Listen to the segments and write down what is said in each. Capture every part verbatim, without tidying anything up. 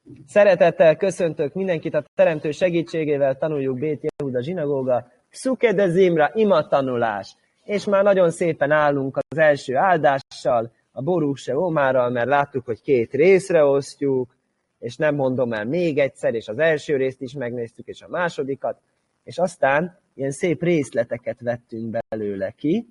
Szeretettel köszöntök mindenkit a Teremtő segítségével, tanuljuk Bét Jehuda zsinagóga, Pszuke de Zimra, imatanulás. És már nagyon szépen állunk az első áldással, a Borúk se Omárral, mert láttuk, hogy két részre osztjuk, és nem mondom el még egyszer, és az első részt is megnéztük, és a másodikat, és aztán ilyen szép részleteket vettünk belőle ki.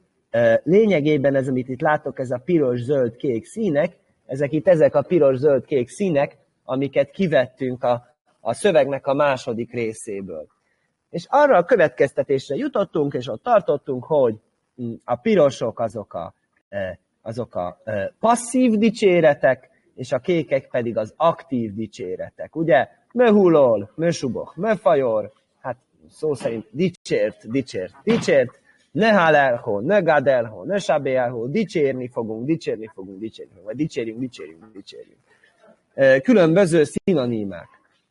Lényegében ez, amit itt látok, ez a piros, zöld, kék színek, ezek itt ezek a piros, zöld, kék színek, amiket kivettünk a, a szövegnek a második részéből. És arra a következtetésre jutottunk, és ott tartottunk, hogy a pirosok azok a, azok a passzív dicséretek, és a kékek pedig az aktív dicséretek. Ugye? Möhulol, mösuboch, möfajor, hát szó szerint dicsért, dicsért, dicsért, ne halelho, ne gadelho, ne sabélho, dicsérni fogunk, dicsérni fogunk, dicsérni fogunk, vagy dicsérjünk, dicsérjünk, dicsérjünk. Különböző szinonimák.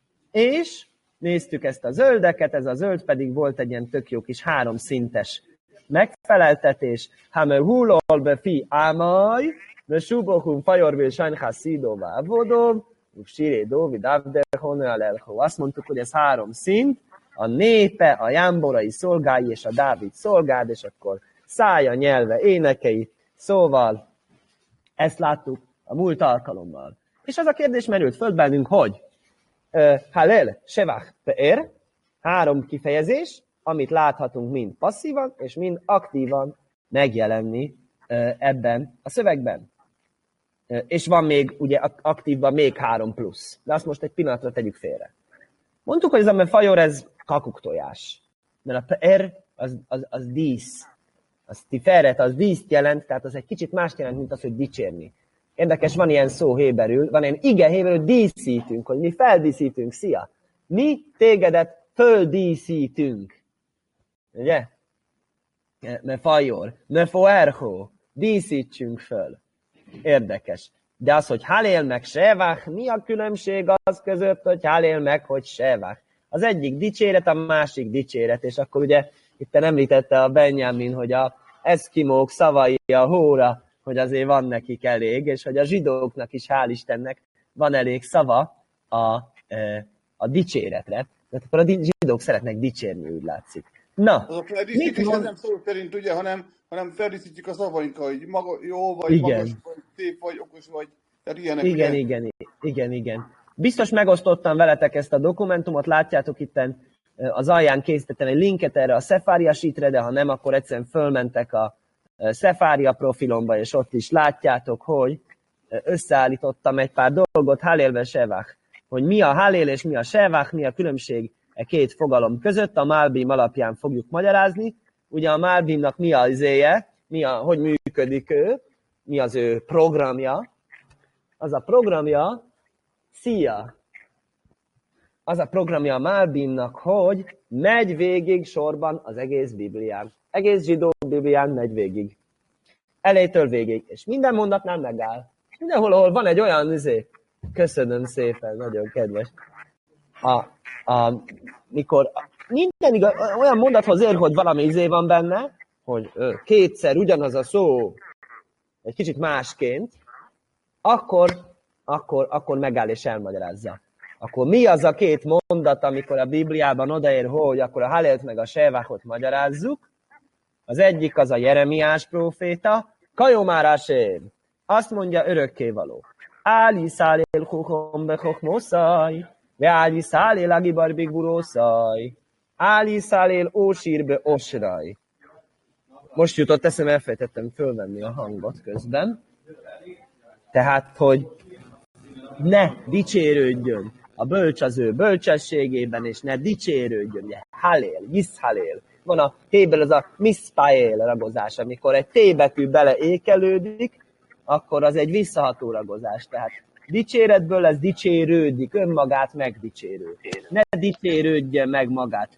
És néztük ezt a zöldeket, ez a zöld pedig volt egy ilyen tök jó kis háromszintes megfeleltetés. Hame hulol be fi ámaj, be subochum fajorvé sajnhá szídóvá vodom, siré dóvi davdehon elelho. Azt mondtuk, hogy ez három szint, a népe, a jámborai szolgái és a Dávid szolgád, és akkor szája, nyelve, énekei. Szóval ezt láttuk a múlt alkalommal. És az a kérdés merült föl bennünk, hogy uh, Halel, Sevach, Pe'er, három kifejezés, amit láthatunk mind passzívan és mind aktívan megjelenni uh, ebben a szövegben. Uh, és van még, ugye aktívban még három plusz. De azt most egy pillanatra tegyük félre. Mondtuk, hogy ez a fajor, ez kakuktojás. Mert a Pe'er az, az, az dísz. Az tiferet, az díszt jelent, tehát az egy kicsit mást jelent, mint az, hogy dicsérni. Érdekes, van ilyen szó héberül, van ilyen ige héberül, díszítünk, hogy mi feldíszítünk, szia. Mi tégedet földíszítünk. Ugye? Me fajor, me foerho, díszítsünk föl. Érdekes. De az, hogy halél meg sevach, mi a különbség az között, hogy halél meg, hogy sevach? Az egyik dicséret, a másik dicséret, és akkor ugye itt említette a Benjamin, hogy a eszkimók szavai a hóra, hogy azért van nekik elég, és hogy a zsidóknak is, hál' Istennek, van elég szava a, a dicséretre. Tehát akkor a zsidók szeretnek dicsérni, úgy látszik. Na, az a feldíszítés mond... nem szó szerint, ugye, hanem, hanem feldíszítjük a szavainkkal, hogy maga, jó vagy, igen. magas vagy, szép vagy, okos vagy. Tehát ilyenek, igen, ugye? igen, igen, igen. Biztos megosztottam veletek ezt a dokumentumot, látjátok itten az alján készítettem egy linket erre a Szefária Sheetre, de ha nem, akkor egyszerűen fölmentek a Szefária profilomba, és ott is látjátok, hogy összeállítottam egy pár dolgot, Halélve Sevach, hogy mi a Halél és mi a Sevach, mi a különbség e két fogalom között, a Malbim alapján fogjuk magyarázni. Ugye a Malbimnak mi az izéje, mi a, hogy működik ő, mi az ő programja. Az a programja, szia! Az a programja a Malbimnak, hogy megy végig sorban az egész Biblián. Egész zsidó Biblián megy végig. Elejétől végig. És minden mondatnál megáll. Mindenhol, ahol van egy olyan izé, köszönöm szépen, nagyon kedves. A, a, mikor minden igaz, olyan mondathoz ér, hogy valami izé van benne, hogy ö, kétszer ugyanaz a szó, egy kicsit másként, akkor, akkor, akkor megáll és elmagyarázza. Akkor mi az a két mondat, amikor a Bibliában odaér, hogy akkor a Halélt meg a Sevachot magyarázzuk? Az egyik az a Jeremiás próféta, Kajomárásén. Azt mondja örökkévaló. Áli szálél hukom bechochmoszaj, ve áli szálél agibar burószaj, áli szálél ósírbe osraj. Most jutott eszem, elfejtettem fölvenni a hangot közben. Tehát, hogy ne dicsérődjön a bölcs az ő bölcsességében, és ne dicsérődjön. Ugye, halél, yiszhalél. Van a téből az a miszpaél ragozás, amikor egy T betű beleékelődik, akkor az egy visszaható ragozás. Tehát dicséretből ez dicsérődik, önmagát megdicsérő. Ne dicsérődje meg magát,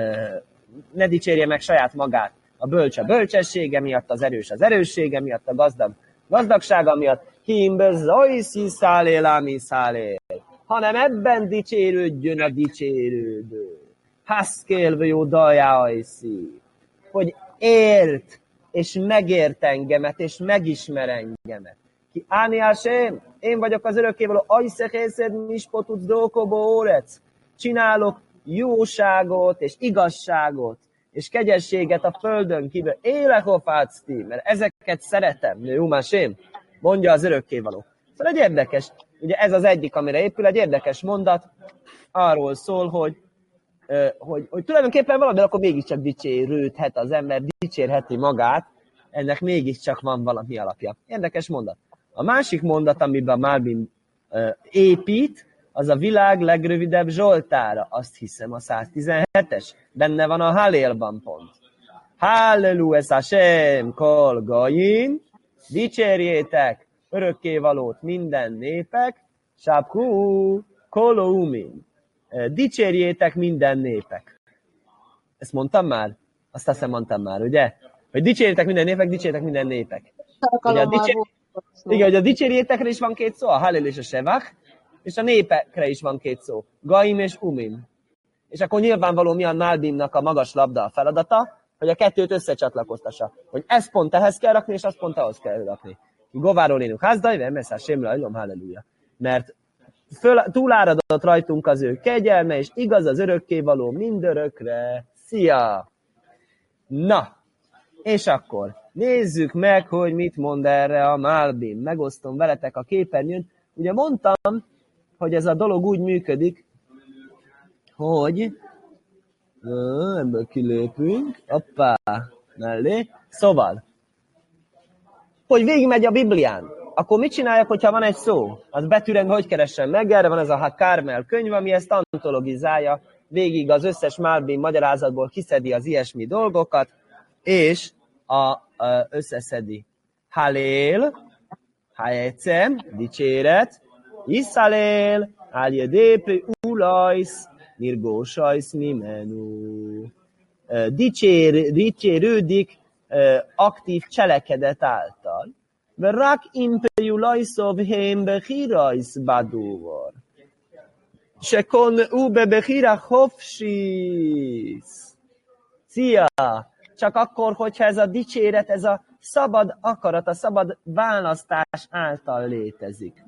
ne dicsérje meg saját magát a bölcs a bölcsessége miatt, az erős az erőssége miatt, a gazdag gazdagsága miatt, himbe zajszi szálél, ámi szálél, hanem ebben dicsérődjön a dicsérődő. Haszkélve jó dajajszi, hogy ért, és megért engemet, és megismer engemet. Ki áni Hashem, én vagyok az örökkévaló, ajszechészed mispotuc dókobó órec. Csinálok jóságot és igazságot, és kegyességet a földön kívül. Élehofácti, mert ezeket szeretem, nőumásém, mondja az örökkévaló. Szóval egy érdekes, ugye ez az egyik, amire épül, egy érdekes mondat, arról szól, hogy, hogy, hogy tulajdonképpen valami, akkor mégiscsak dicsérődhet az ember, dicsérheti magát, ennek mégiscsak van valami alapja. Érdekes mondat. A másik mondat, amiben Malbim épít, az a világ legrövidebb zsoltára, azt hiszem a száztizenhetes. Benne van a Hallélban pont. Hallelu es Hashem kol goyim, dicsérjétek örökkévalót minden népek, sábhú kol umim, dicsérjétek minden népek. Ezt mondtam már? Azt hiszem mondtam már, ugye? Hogy dicsérjétek minden népek, dicsérjétek minden népek. Ugye a dicsér... Igen, hogy a dicsérjétekre is van két szó, a Hallel és a Sevach, és a népekre is van két szó, Gaim és Umim. És akkor nyilvánvaló mi a Malbimnak a magas labda a feladata, hogy a kettőt összecsatlakoztassa. Hogy ezt pont ehhez kell rakni, és azt pont ahhoz kell rakni. Gováról lénünk házdaj, vemeszás sémre, ajlom, halleluja. Mert föl, túláradott rajtunk az ő kegyelme, és igaz az örökkévaló mindörökre. Szia! Na, és akkor nézzük meg, hogy mit mond erre a Malbim. Megosztom veletek a képernyőn. Ugye mondtam, hogy ez a dolog úgy működik, hogy ebből kilépünk, hoppá, mellé. Szóval, hogy végigmegy a Biblián, akkor mit csináljak, hogyha van egy szó? Az betűrendben hogy keressem meg? Erre van ez a Kármel könyv, ami ezt antologizálja, végig az összes Malbim magyarázatból kiszedi az ilyesmi dolgokat, és a, a összeszedi. Halél, Haecem, dicséret, Iszhalél, Áljedépri, Ulajsz, Nirgósajsz, Mimenu. Dicsér, dicsérődik aktív cselekedet által. Rak imperiulajszov hém behirajsz badúvor. Se kon ube behira hofsisz. Szia! Csak akkor, hogyha ez a dicséret, ez a szabad akarat, a szabad választás által létezik.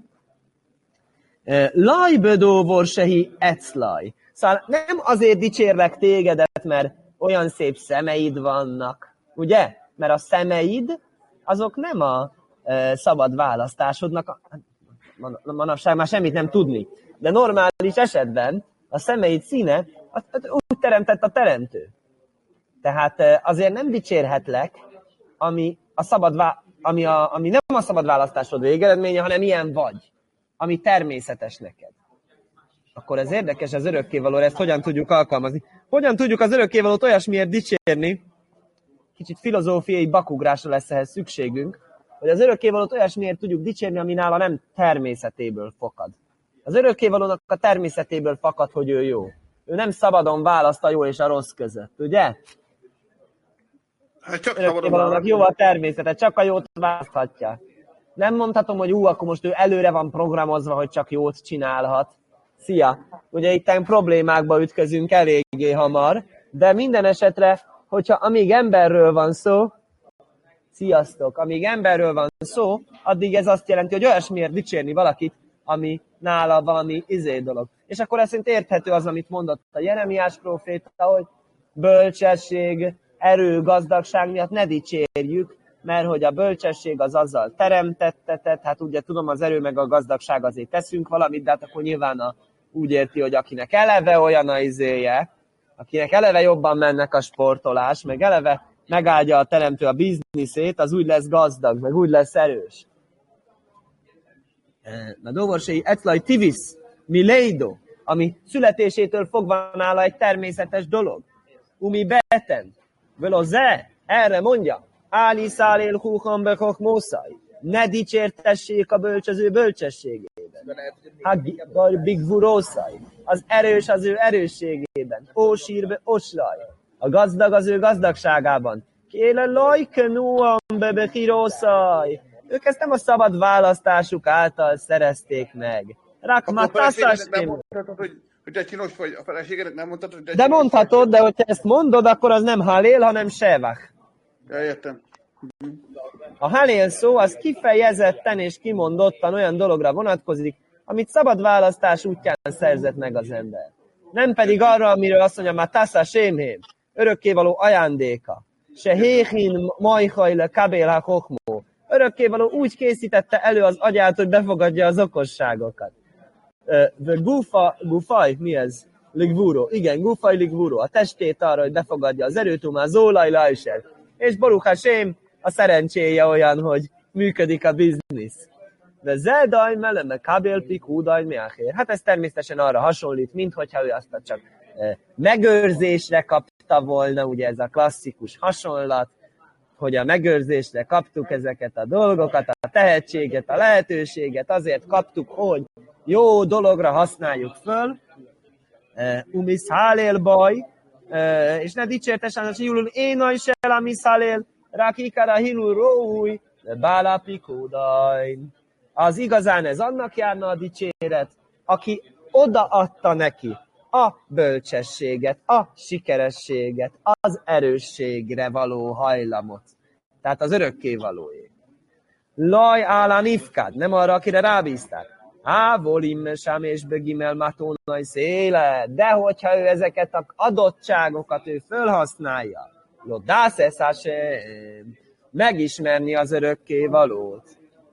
Lajbödóvor sehi eclaj. Szóval nem azért dicsérlek tégedet, mert olyan szép szemeid vannak, ugye? Mert a szemeid, azok nem a e, szabad választásodnak, a, manapság már semmit nem tudni, de normális esetben a szemeid színe az, az úgy teremtett a teremtő. Tehát e, azért nem dicsérhetlek, ami, a szabad vá- ami, a, ami nem a szabad választásod végeredménye, hanem ilyen vagy, ami természetes neked. Akkor ez érdekes, az örökkévalóra, ezt hogyan tudjuk alkalmazni. Hogyan tudjuk az örökkévalót olyasmiért dicsérni, kicsit filozófiai bakugrásra lesz ehhez szükségünk, hogy az örökkévalót olyasmiért tudjuk dicsérni, ami nála nem természetéből fakad. Az örökkévalónak a természetéből fakad, hogy ő jó. Ő nem szabadon választ a jó és a rossz között, ugye? Hát csak örökkévalónak jó a természete, csak a jót választhatja. Nem mondhatom, hogy ú, akkor most ő előre van programozva, hogy csak jót csinálhat. Szia! Ugye itt problémákba ütközünk eléggé hamar, de minden esetre, hogyha amíg emberről van szó, sziasztok, amíg emberről van szó, addig ez azt jelenti, hogy olyasmiért dicsérni valakit, ami nála valami izé dolog. És akkor ez szerint érthető az, amit mondott a Jeremiás próféta, hogy bölcsesség, erő, gazdagság miatt ne dicsérjük, mert hogy a bölcsesség az azzal teremtettetett, hát ugye tudom, az erő meg a gazdagság azért teszünk valamit, de hát akkor nyilván a, úgy érti, hogy akinek eleve olyan a izéje, akinek eleve jobban mennek a sportolás, meg eleve megáldja a teremtő a bizniszét, az úgy lesz gazdag, meg úgy lesz erős. Na dovorsai eclaj tivis, mileido, ami születésétől fogva nála egy természetes dolog. Umi beten, velozze, erre mondja, áli szálél húhan bekok mószaj, ne dicsértessék a bölcsöző bölcsességében. Haggar bigvurószaj, az erős az ő erősségében, ósírbe oslaj, a gazdag az ő gazdagságában. Kéle lajkenúan bebekirószaj, ők ezt nem a szabad választásuk által szerezték meg. Rakmatasszastim. Hogy te csinos vagy, a feleségedet nem mondtad, hogy te De mondhatod, de hogyha ezt mondod, akkor az nem halél, hanem sevach. Ja, értem. A halél szó az kifejezetten és kimondottan olyan dologra vonatkozik, amit szabad választás útján szerzett meg az ember. Nem pedig arra, amiről azt mondja, már tásza sémhém, örökkévaló ajándéka. Se héhin majhajle kabél hokmó. Örökkévaló úgy készítette elő az agyát, hogy befogadja az okosságokat. The gufa, gufaj, mi ez? Ligvuro. Igen, gufaj ligvuro. A testét arra, hogy befogadja az erőtumá, zólaj lajser. És Baruch Hashem, a szerencséje olyan, hogy működik a biznisz. De zeldaj meleme kabél pikúdaj miáhér. Hát ez természetesen arra hasonlít, minthogyha ő azt csak megőrzésre kapta volna, ugye ez a klasszikus hasonlat, hogy a megőrzésre kaptuk ezeket a dolgokat, a tehetséget, a lehetőséget, azért kaptuk, hogy jó dologra használjuk föl, umisz hálél baj, és ne dicsértesen, hogy júlul én a isel, amisz hálél, rakikara hilul róúj, bálapikódajn. Az igazán ez annak járna a dicséret, aki odaadta neki a bölcsességet, a sikerességet, az erősségre való hajlamot. Tehát az örökkévalóé. Laj állán ifkád, nem arra, akire rábízták. Á, volim, sám és begimel matónaj széle, de hogyha ő ezeket az adottságokat ő fölhasználja, jó, dászeszás megismerni az örökkévalót.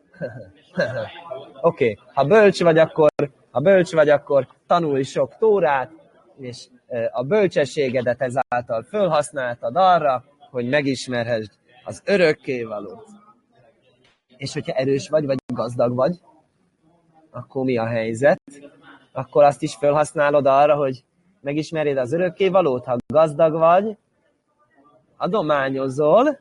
Oké, okay. ha bölcs vagy, akkor, ha bölcs vagy, akkor tanulj sok tórát, és a bölcsességedet ezáltal fölhasználtad arra, hogy megismerhessd az örökkévalót. És hogyha erős vagy, vagy gazdag vagy, akkor mi a helyzet? Akkor azt is fölhasználod arra, hogy megismerjed az örökkévalót, ha gazdag vagy, adományozol,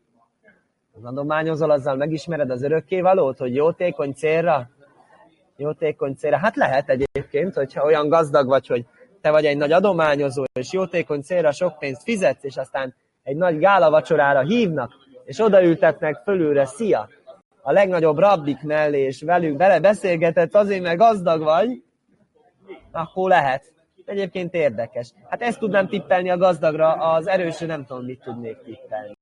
az adományozol, azzal megismered az örökkévalót, hogy jótékony célra? Jótékony célra. Hát lehet egyébként, hogyha olyan gazdag vagy, hogy te vagy egy nagy adományozó, és jótékony célra sok pénzt fizetsz, és aztán egy nagy gálavacsorára hívnak, és odaültetnek fölülre, szia, a legnagyobb rabbik mellé, és velük bele beszélgetett azért, mert gazdag vagy, akkor lehet. Egyébként érdekes. Hát ezt tudnám tippelni a gazdagra, az erősre nem tudom, mit tudnék tippelni.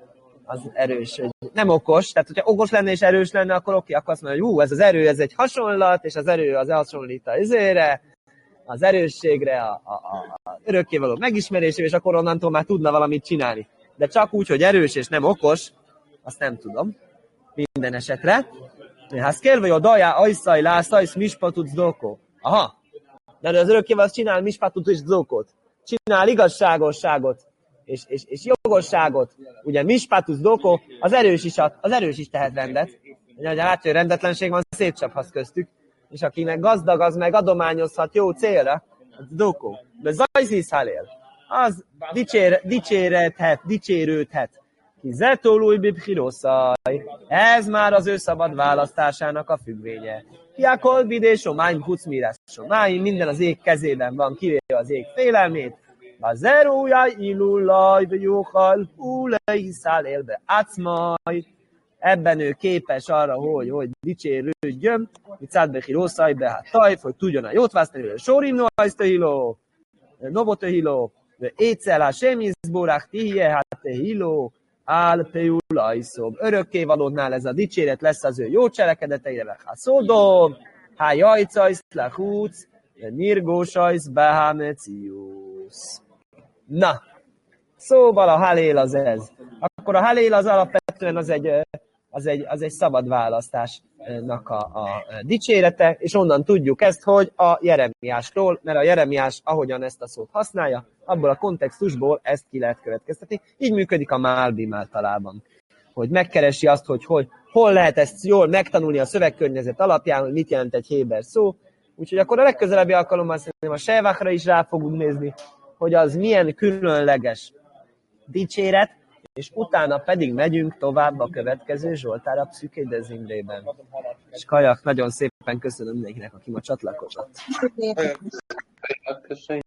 Az erős, hogy nem okos, tehát hogyha okos lenne és erős lenne, akkor oké, akkor azt mondja, hogy hú, ez az erő, ez egy hasonlat, és az erő az hasonlít az izére, az erősségre, a, a, a, a örökkévaló megismerésére, és akkor onnantól már tudna valamit csinálni. De csak úgy, hogy erős és nem okos, azt nem tudom. Minden esetre. Hát kell, vagy a dajá, ajszaj, lászajsz, mispatut zdókó. Aha. De az örökkévaló csinál mispatut és zdókót. Csinál igazságosságot. És, és, és jogosságot, ugye mispátusz dókó, az erős is, az erős is tehet rendet. Ugye látja, hogy rendetlenség van, szétcsaphatsz köztük. És akinek gazdag, az meg adományozhat jó célra, az dókó. De zajzísz halél, az dicsér, dicsérethet, dicsérődhet. Ki zetolúj bibhiroszaj, ez már az ő szabad választásának a függvénye. Ki a kolbidé somány hucmírás somány, minden az ég kezében van, kivéve az ég félelmét. A zerója ilulaj, jóhal, húleiszál élbe átszmaj. Ebben ő képes arra, hogy, hogy dicsérődjön, hogy szádbehi rosszaj be, hát tajf, hogy tudjon a jót választani, hogy sorim noajsztehiló, novotehiló, étszel semizborák tihje, hát tehiló, álpeulajszob. Örökkévalódnál ez a dicséret lesz az ő jó cselekedeteire, hát szódom, hát jajcajsz, lehúc, nirgósajsz, behámeciusz. Na, szóval a halél az ez. Akkor a halél az alapvetően az egy, az egy, az egy szabad választásnak a, a dicsérete, és onnan tudjuk ezt, hogy a Jeremiástól, mert a Jeremiás, ahogyan ezt a szót használja, abból a kontextusból ezt ki lehet következtetni. Így működik a Málbim általában. Hogy megkeresi azt, hogy, hogy hol lehet ezt jól megtanulni a szövegkörnyezet alapján, hogy mit jelent egy héber szó. Úgyhogy akkor a legközelebbi alkalommal szerintem a Sevachra is rá fogunk nézni, hogy az milyen különleges dicséret, és utána pedig megyünk tovább a következő Zsoltár a Pszüké de Zimrében. És Kajak, nagyon szépen köszönöm mindenkinek, aki ma csatlakozott. Köszönjük.